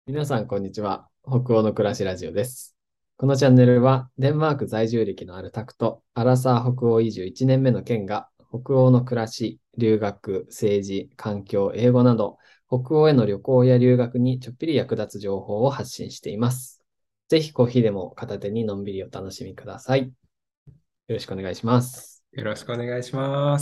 皆さん、こんにちは。北欧の暮らしラジオです。このチャンネルは、デンマーク在住歴のあるタクと、アラサー北欧移住1年目の県が、北欧の暮らし、留学、政治、環境、英語など、北欧への旅行や留学にちょっぴり役立つ情報を発信しています。ぜひコーヒーでも片手にのんびりお楽しみください。よろしくお願いします。 よろしくお願いします。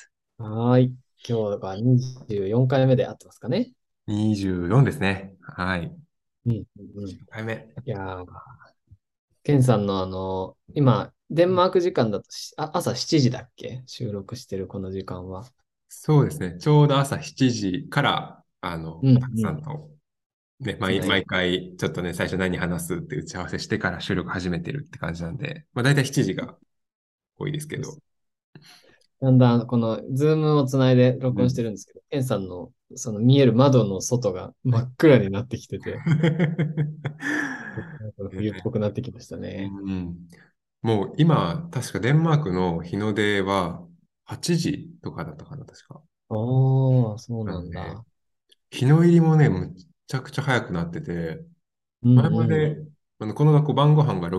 はーい。今日が24回目で合ってますかね。 24ですね。はい。 うん、うんうん。い回目。 やー、ケンさんの今、デンマーク時間だと朝7時だっけ収録してるこの時間は。 そうですね。ちょうど朝7時から、 うんたくさうん。 んと、ね、毎つないで。 回、ちょっとね、最初何話すって打ち合わせしてから収録始めてるって感じなんで、まあ大体7時が多いですけど。 だんだん、この、ズームをつないで録音しうん。 てるんですけど、ケンさんの、その見える窓の外が真っ暗になってきてて、なんか冬っぽくなってきましたね。 うん。もう今、確かデンマークの日の出は8時とかだったかな、確か。 ああ、そうなので、 なんだ。 日の入りもね、むっちゃくちゃ早くなってて、 うん前まうん。 で、この学校晩ご飯が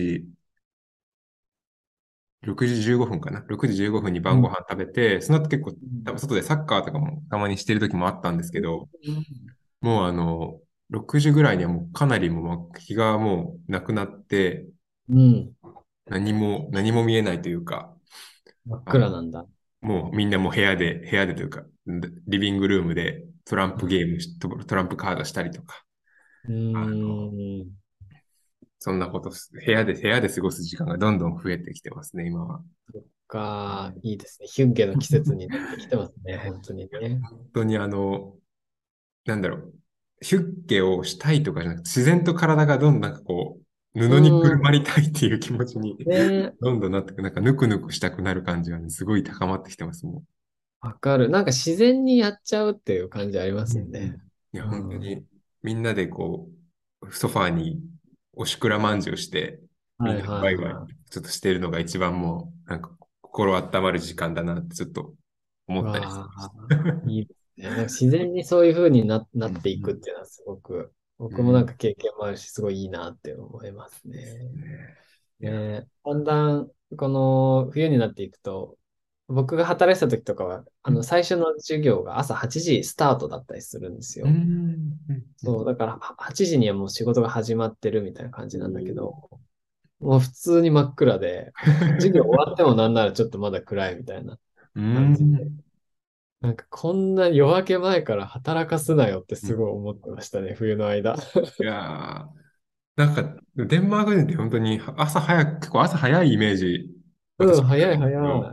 6時15分かな。6時15分にうん晩ご飯食べて、その後結構、 うん多分外でサッカーとかもたまにしてる時もあったんですけど、 うんもう6時ぐらいにはもうかなりもう日がもうなくなって、 うん。 何も見えないというか、 真っあの、 暗なんだ。 もうみんなもう部屋でというか、リビングルームでトランプゲームし、トランプカードしたりとか、 うあの、 ーん。 そんなこと部屋で過ごす時間がどんどん増えてきてますね、今は。 いいですね。ヒュンケの季節になってきてますね。本当にね。 本当になんだろう、ヒュッケをしたいとかじゃなくて、自然と体がどんどんなんかこう、 う布にくるまん。 りたいっていう気持ちにね、 どんどんなってく、なんかぬくぬくしたくなる感じがね、すごい高まってきてます、もわかる。なんか自然にやっちゃうっていう感じありまう。うすよね。 んうん。いや、 うん。 本当に、みんなでこう、ソファーにおしくらまんじゅうして、みんなではいはいワイワイはちょっとしてるのが一番もう、なんか心温まる時間だなってちょっとい。 思ったりしてわあ、 ました。 いいですね。なんか自然にそういう風になうんっていくっうん。 ていうのはすごく、僕もなんうん。 か経験もあるし、すごいいいなって思いますですね。 ね。いや、 ね、だんだん、この冬になっていくと、僕が働いてた時とかは、 うん最初の授業が朝8時スタートだったりするんですうよ。 んうんそう、だから8時にはもう仕事が始まってるみたいな感おじなんだけーど、もう普通に真っ暗で、授業終わってもなんならちょっとまだ暗いみたいなう感じで。 ん。 なんかこんな夜明け前から働かすなよってうんすごい思ってましたね、冬の間。 いやー、なんか、デンマーク人って本当に結構朝早いイメージ、 うん、 私持って早いたんですけど、 早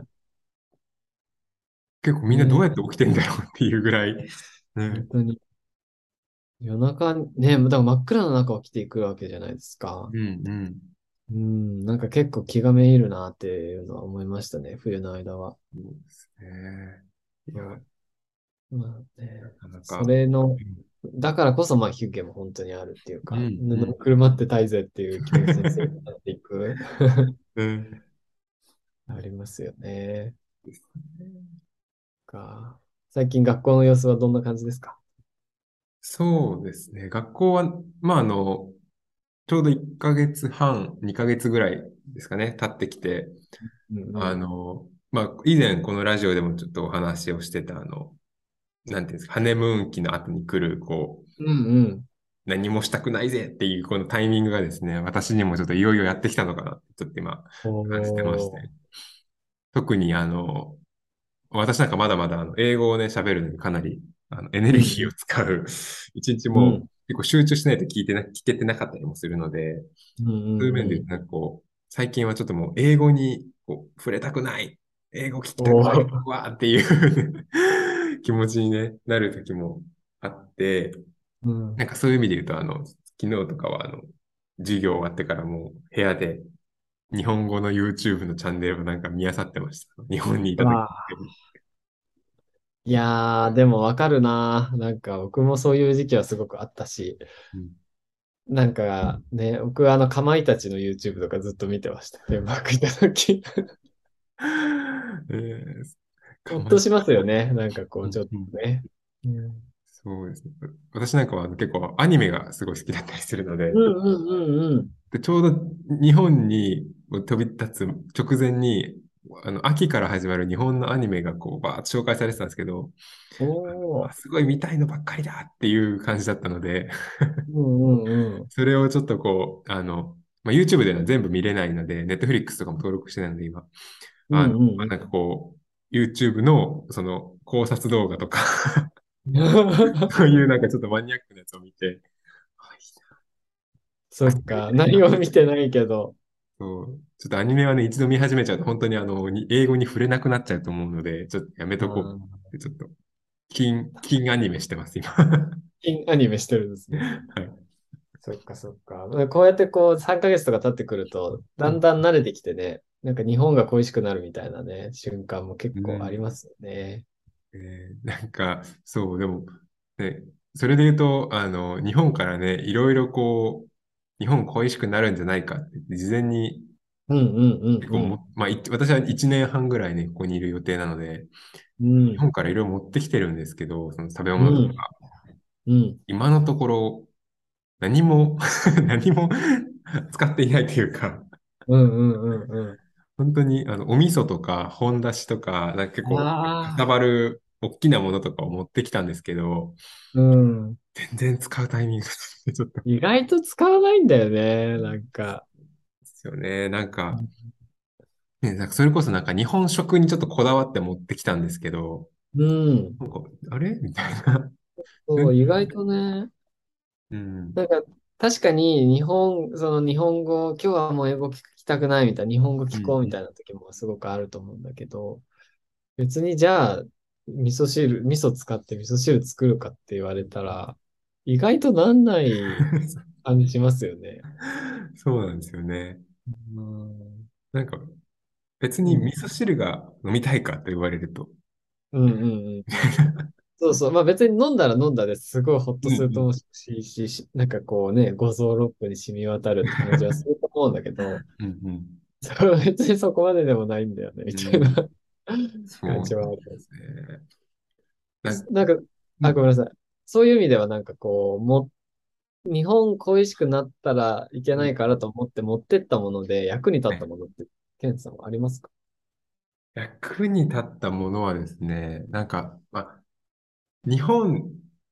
結構い。 みんなどうやってね、 起きてんだろうっていうぐらい、ね。 本当に。夜中ね、だから真っ暗な中起きていくわけじゃないですか。 うんうん。 うん、なんか結構気がめいるなっていうのは思いましたね、冬の間は。 そうですね。いや、 そう、まあね、 なかなそか、 れの、だからこそまあヒュッゲも本当にあるっていううんか、布にうん。 くるまってたいぜっていう気持ちにすぐなっていく、 うん。 ありますよね。か。最近学校の様子はどんな感じですか？ そうですね。学校は、まあちょうど1ヶ月半、2ヶ月ぐらいですかね、経ってきて、 うんうん。 まあ、以前このラジオでもちょっとお話をしてた、なんていうんですか、ハネムーン期の後に来る、こう、 うんうん。 何もしたくないぜっていうこのタイミングがですね、私にもちょっといよいよやってきたのかなって、ちょっと今感じてまして。 おー。 特に私なんかまだまだ英語をね、喋るのにかなりエネルギーをうん使う。一日うん。うもん。 結構集中しないと聞けてなかったりもするので、 うんそういう面で言うと、 うんうん。 なんかこう、最近はちょっともう英語にこう触れたくない。英語聞きたくない。 おー。 わーっていう気持ちに、ね、なる時もあって、 うん。 なんかそういう意味で言うと、昨日とかは授業終わってからもう部屋で日本語の YouTube のチャンネルをなんか見漁ってました。日本にいた時。 うわー。いやー、でもわかるな。なんか僕もそういう時期はすごくあったし、 うん。 なんかね、僕はかまいたちの YouTube とかずっと見てました。デンマーク行った時。 えー、かまい、 ほっとしますよね。なんかこう、ちょっうんうんとね。うん。 そうですね。私なんかは結構アニメがすごい好きだったりするので、 うんうんうんうん。 で、ちょうど日本に飛び立つ直前に、秋から始まる日本のアニメがこう、バーッと紹介されてたんですけど、 おー。 すごい見たいのばっかりだっていう感じだったので、 うんうんうん。 それをちょっとこう、YouTube では全部見れないので、Netflix とかも登録してないので、今。 うんうんなんかこう、YouTube のその考察動画とかうん。 そういうなんかちょっとマニアックなやつを見て、あ、いいな、アニそっか。 メ見たいな。 何も見てないけど。 そう、ちょっとアニメはね、一度見始めちゃうと本当に英語に触れなくなっちゃうと思うので、ちょっとやめあとこうっー、 て、ちょっと、金アニメしてます、今。 新アニメしてるんですね。 はい。 そっかそっか。こうやってこう3ヶ月とか経ってくると、だんだん慣れてきてね、なんか日本が恋しくなるみたいなね、瞬間も結構ありうん。 ますよね。 なんか、そう、でも、ね、それで言うと、日本からね、いろいろこう、日本恋しくなるんじゃないかって、事前に、 うんうんうんうん。 まあ、私は1年半ぐらいね、ここにいる予定なので、日うん本からいろいろ持ってきてるんですけど、その食べう物とんか、 うん今のところ、何も何も使っていないというか、 うんうんうんう本当に、お味噌とか、本だしとか、なんか結ん。 構、かさああ、 ばる、大きなものとかを持ってきたんですけど、 うん。 全然使うタイミングがちょっと意外と使わないんだよね、なんか。 ですよね。なんか、ね、なんかそれこそなんか日本食にちょっとこだわって持ってきたんですけど、 うん。 なんか、あれみたいな。 そう、意外とね、 うん。 なんか、確かにその日本語、今日はもう英語聞きたくないみたいな、日本語聞こうみうん。 たいな時もすごくあると思うんだけど、別にじゃあ、味噌使って味噌汁作るかって言われたら、意外となんない感じしますよね。 そうなんですよね。 うん。 なんか、別に味うん。 噌汁が飲みたいかと言われると。 うんうんうんうん。そうそう。まあ別に飲んだら飲んだですごいホッうんとすると思うし、なんかこうね、五臓六腑に染み渡るって感じはすると思うんだけど、 うん。 そう別にそこまででもないんだよね、みうん。 たいなうん。そう感じはある。 なんですね。なんか、 なんか、あ、ごめうん。 んなさい。そういう意味ではなんかこう、日本恋しくなったらいけうん。 ないからと思って持ってったもので役に立はい。 ったものって、ケンさんはありますか？ 役に立ったものはですね、なんか、まあ、日本、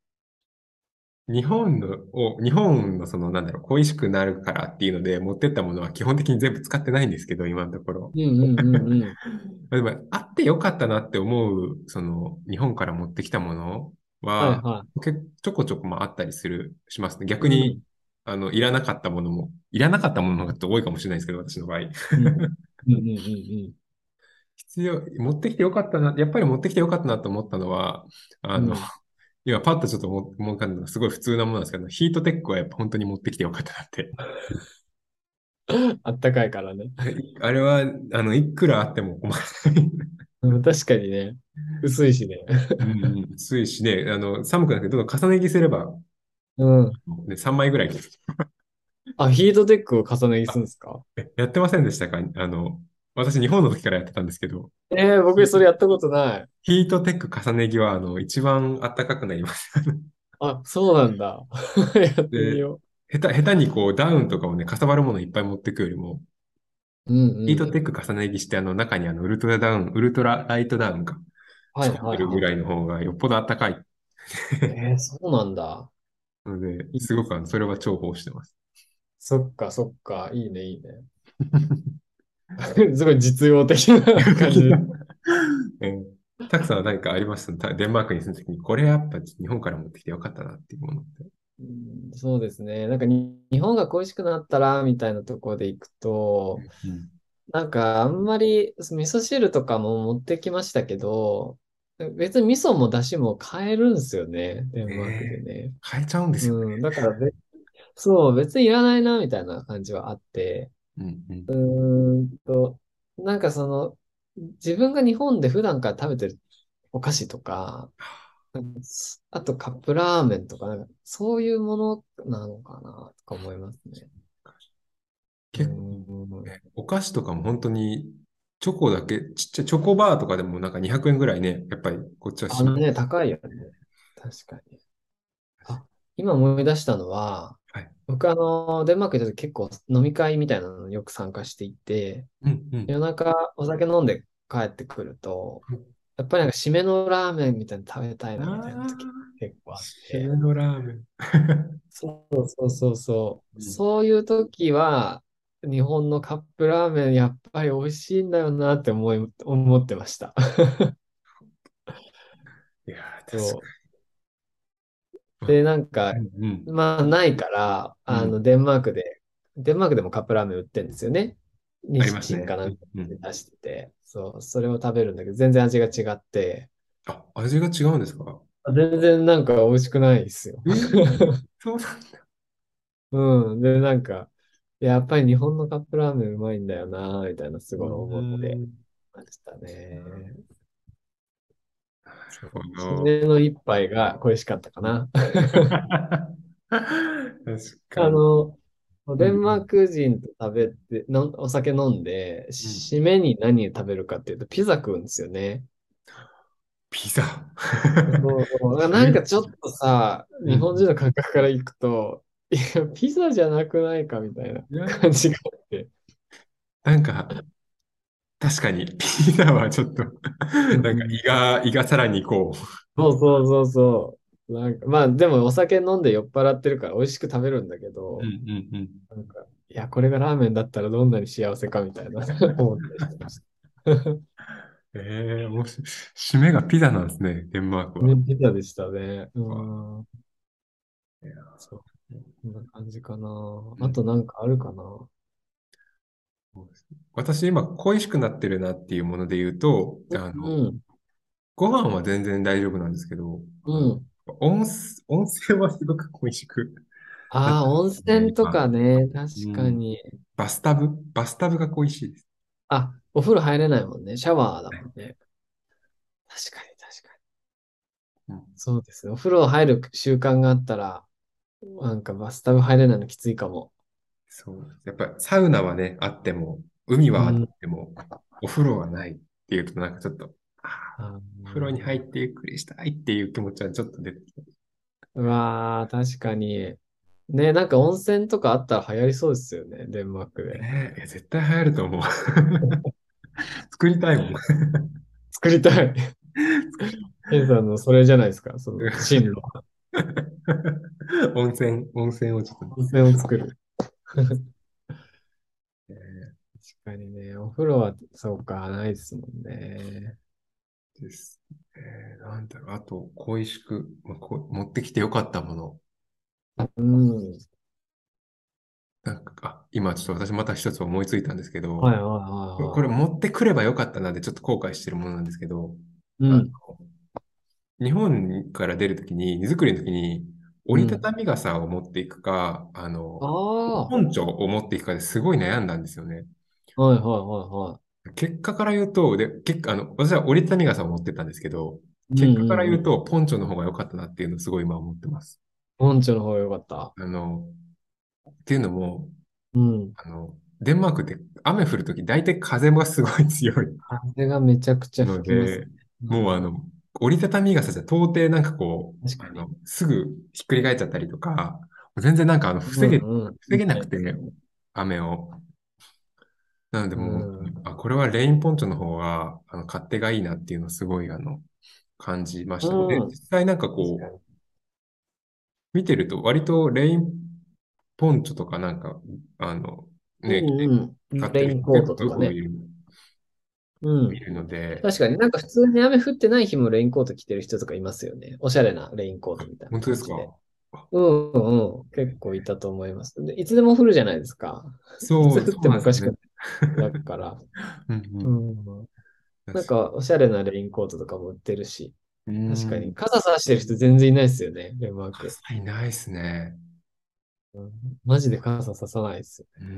日本のその、なんだろう、恋しくなるからっていうので持ってったものは基本的に全部使ってないんですけど、今のところ。 うんうんうんうん。 でも、あってよかったなって思う、その、日本から持ってきたものは、 はいはちょこちょこまああったりしますね。 い。う逆に、 ん。 いらなかったものが多いかもしれないですけど、私の場合。 うん。うんうんうん持ってきてよかったな、やっぱり持ってきてよかったなと思ったのは、あの、 うん。 今パッとちょっと思い浮かんだのがすごい普通なものなんですけど、ヒートテックはやっぱ本当に持ってきてよかったなって。 うん。あったかいからね。 あれは、いくらあっても困らない。 うん、確かにね。薄いしね。 うんうん、暑いしね、寒くなってどんどん重ね着すれば、 うん。 ね、3枚ぐらい。 あ、ヒートテックを重ね着するんですか？ やってませんでしたか？私日本の時からやってたんですけど、 僕それやったことない。 ヒートテック重ね着は、一番暖かくなります。 あ、そうなんだ。やってみで、 よ下手にこうダウンとかをね、かさばるものいっぱい持ってくよりも、 う。うんヒートうん。 テック重ね着して、中にウルトラライトダウンがはい作ってるぐはいはらいの方がよっぽど暖かいい。そうなんだ。 ので、 いいすごくそれは重宝してます。 そっかそっか。いいねいいね。すごい実用的な感じ。 的な。たくさんは何かありますデンマークに住んだ時に、これやっぱ日本から持ってきてよかったなっていうものって。 うん、そうですね。なんか日本が恋しくなったら、みたいなところで行くと、 うん。 なんかあんまり味噌汁とかも持ってきましたけど、別に味噌も出汁も買えるんですよね。デンマークでねえ、 ね。 変えちゃうんですよね。 うん。だからそう、別にいらないな、みたいな感じはあって、 うんうん。 なんかその、自分が日本で普段から食べてるお菓子とか、あとカップラーメンとか、なんかそういうものなのかな、とか思いますね。う結構ん。 ね、お菓子とかも本当に、チョコだけ、ちっちゃいチョコバーとかでもなんか200円ぐらいね、やっぱりこっちはします。 あのね、高いよね。確かに。 今思い出したのは、 はい。 僕デンマーク行った時結構飲み会みたいなのによく参加していて、 うんうん。 夜中お酒飲んで帰ってくると、やっぱりなんか締めのラーメンみたいなの食べたいあなみたいな時あ、 結構あって、 締めのラーメン。 そうそうそうそう。 うん、 そういう時は、日本のカップラーメンやっぱり美味しいんだよなって思ってました。 いやー、確かそう。 に。 で、なんか、 うんうん。 まあ、ないから、 うん。 デンマークでもカップラーメン売ってるんですよね。 あ日りますね。 清かなんかうんうん。 で出してて、そう、それを食べるんだけど、全然味が違って、 あ、味が違うんですか？ 全然なんか美味しくないですよ。 えー、そうなんだ。 うん。で、なんか、やっぱり日本のカップラーメンうまいんだよな、みたいなすうごい思ってーん。 ましたね。そう。 なるほど。 締めの一杯が恋しかったかな。 確かあに。 の、デンマーうんうん。 ク人と食べて、お酒飲んで、 うん。 締めに何食べるかっていうと、ピザ食うんですよね。 ピザ。 そうそう。なんめかちょっとさ、日本人うんの感覚からいくと、いや、ピザじゃなくないかみたいなうん。いや、 感じがあって。 なんか、確かに、ピザはちょっとなんかうん。 胃がさらにこそうそうそうそう。なんか、まあでもお酒飲んで酔っ払ってるから美味しく食べるんだけう、うんど、 うんうん。 なんか、いや、これがラーメンだったらどんなに幸せかみたいな思ったりしてました。 面白い。締めがピザなんですね、デンマークは。 ね、ピザでしたね。 わん。 いやそう。こんな感じかな。 うん、 あとなんかあるかな。 そうですね。私、今、恋しくなってるなっていうもので言うと、 うん。 ご飯は全然大丈夫なんですけど、 うん。 温泉はすごく恋しくなってああ、温ますね、 泉と今。 かね。確うん。 かに。 バスタブが恋しいです。 あ、お風呂入れないもんね。シャワーだはい。 もんね。確かに、確かに。 うん、 そうですね。お風呂入る習慣があったら、なんかバスタブ入れないのきついかも。 そう。やっぱサウナはね、あっても、海はあっうん。 ても、お風呂はないっていうと、なんかちょっと、ああお風呂に入ー、 ってゆっくりしたいっていう気持ちはちょっと出てきた。 うわー、確かに。ね、なんか温泉とかあったら流行りそうですよね。デンマークで。 ねえ、いや絶対流行ると思う。作りたいもん。 作りたい。ケンさんのそれじゃないですか。その進路。 温泉をちょっとね。 温泉を作る。 え確かにね、お風呂は、そうか、ないですもんね。 です。なんだろう、あと、恋しく、持ってきてよかったもの。 うん。 なんか、今ちょっと私また一つ思いついたんですけど、 はいはいはいこれはい。 持ってくればよかったなってちょっと後悔してるものなんですけど、あうん。 日本から出るときに、荷造りのときに、折りたうん。 たみ傘を持っていくか、 ああ。はポンチョを持っていくかですごい悩んだんですよね。 いはいは結果から言うと、私は折りたたみ傘を持ってったんですけど、 いはい。う結果からんうんうん。 言うと、ポンチョの方が良かったなっていうのをすごい今思ってます。 本庁の方が良かった。 っていうのも、 うん。 デンマークって雨降るとき大体風がすごい強い風がめちゃくちゃ吹きますので、 ね。 もう折りたたみ傘じゃ到底なんかこう、 確かに。 すぐひっくり返っちゃったりとか、全然なんかうんうん。 防げなくて、 みたいですね。 雨を。なのでうもう、 ん。 これはレインポンチョの方が、勝手がいいなっていうのをすごい、感じましたね。で、 うん。 実際なんかこう、 確かに。 見てると割とレインポンチョとかなんか、 うね、 んうん。 買ってるレインコー人結構トとかね。うん。 いるので、 確かになんか普通に雨降ってない日もレインコート着てる人とかいますよね。おしゃれなレインコートみたいな本当ですか？ 感じで。うんうん。結構いたと思います。で、いつでも降るじゃないですか。いつ降っそうてなんですよね。 もおかしくない。だから。 うんうん。 うん。 確かなんかおしゃれなレインコートとかも売ってるし。 に。 確かに。傘さしてる人全然いないですよね。デンマーク。 いないですね。 うん、マジで傘ささないですよ。 うん。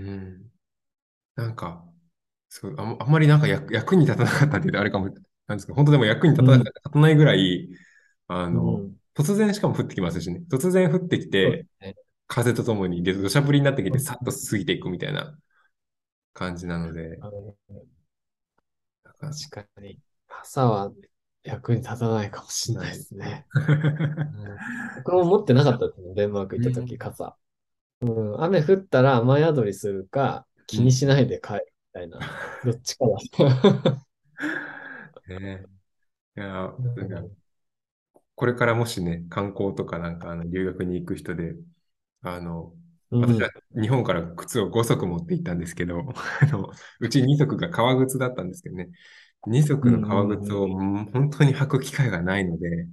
なんか、あんまりなんか役に立たなかったって言うとあれかも、なんですけど、本当でも役にうん。 立たないぐらい、 うん。 突然しかも降ってきますしね。突然降ってきて、 そうですね。 風とともに、で、土砂降りになってきて、 うん。 さっと過ぎていくみたいな感じなので、 あのなんか、 確かに。傘は、 役に立たないかもしれないでない。 すね。うん、僕も持ってなかったですね、デンマーク行った時、 うん。 傘。うん、雨降ったら雨宿りするか、 うん。 気にしないで帰るみたいな、どっちかだ。 ねえ。いや、 うなんか、 んこれからもしね、観光とかなんか留学に行く人で、あの、 うん。 私は日本から靴を5足持って行ったんですけど、うち2足が革靴だったんですけどね、2足のうんうんうん。 革靴を本当に履く機会がないので、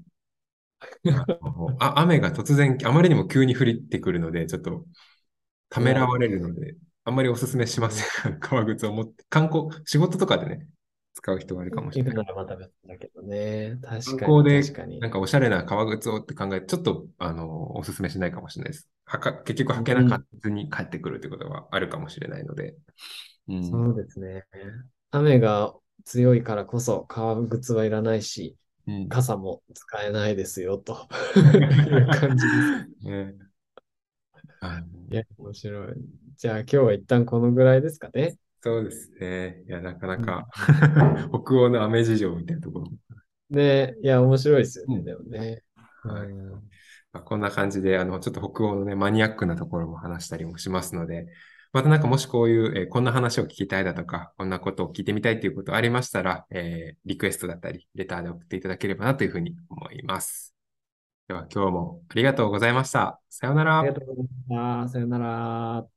雨が突然、あまりにも急に降ってくるので、ちょっとたいや、 めらわれるので、あんまりお勧めしませうん、 ん。革靴を持って、観光、仕事とかでね、使う人があるかもしれない。 行くならまた別だけどね。確観かに、確光で、 かに。 なんかおしゃれな革靴をって考えて、ちょっと、おすすめしないかもしれないです。結局履けなかっうん、 たに帰ってくるということはあるかもしれないので。うん。 そうですね。雨が強いからこそ革靴はいらないし、 うん。 傘も使えないですよ、という感じです。 ね、 いや、面白い。じゃあ今日は一旦このぐらいですかね。 そうですね。いや、なかなうん、 か北欧の雨事情みたいなところ。 ね、いや、面白いですよね、 うん。 でもね。うはい。 ん、 こんな感じで、ちょっと北欧のね、マニアックなところも話したりもしますので、またなんかもしこういう、こんな話を聞きたいだとか、こんなことを聞いてみたいということありましたら、リクエストだったり、レターで送っていただければなというふうに思います。では今日もありがとうございました。さようなら。 ありがとうございました。さよなら。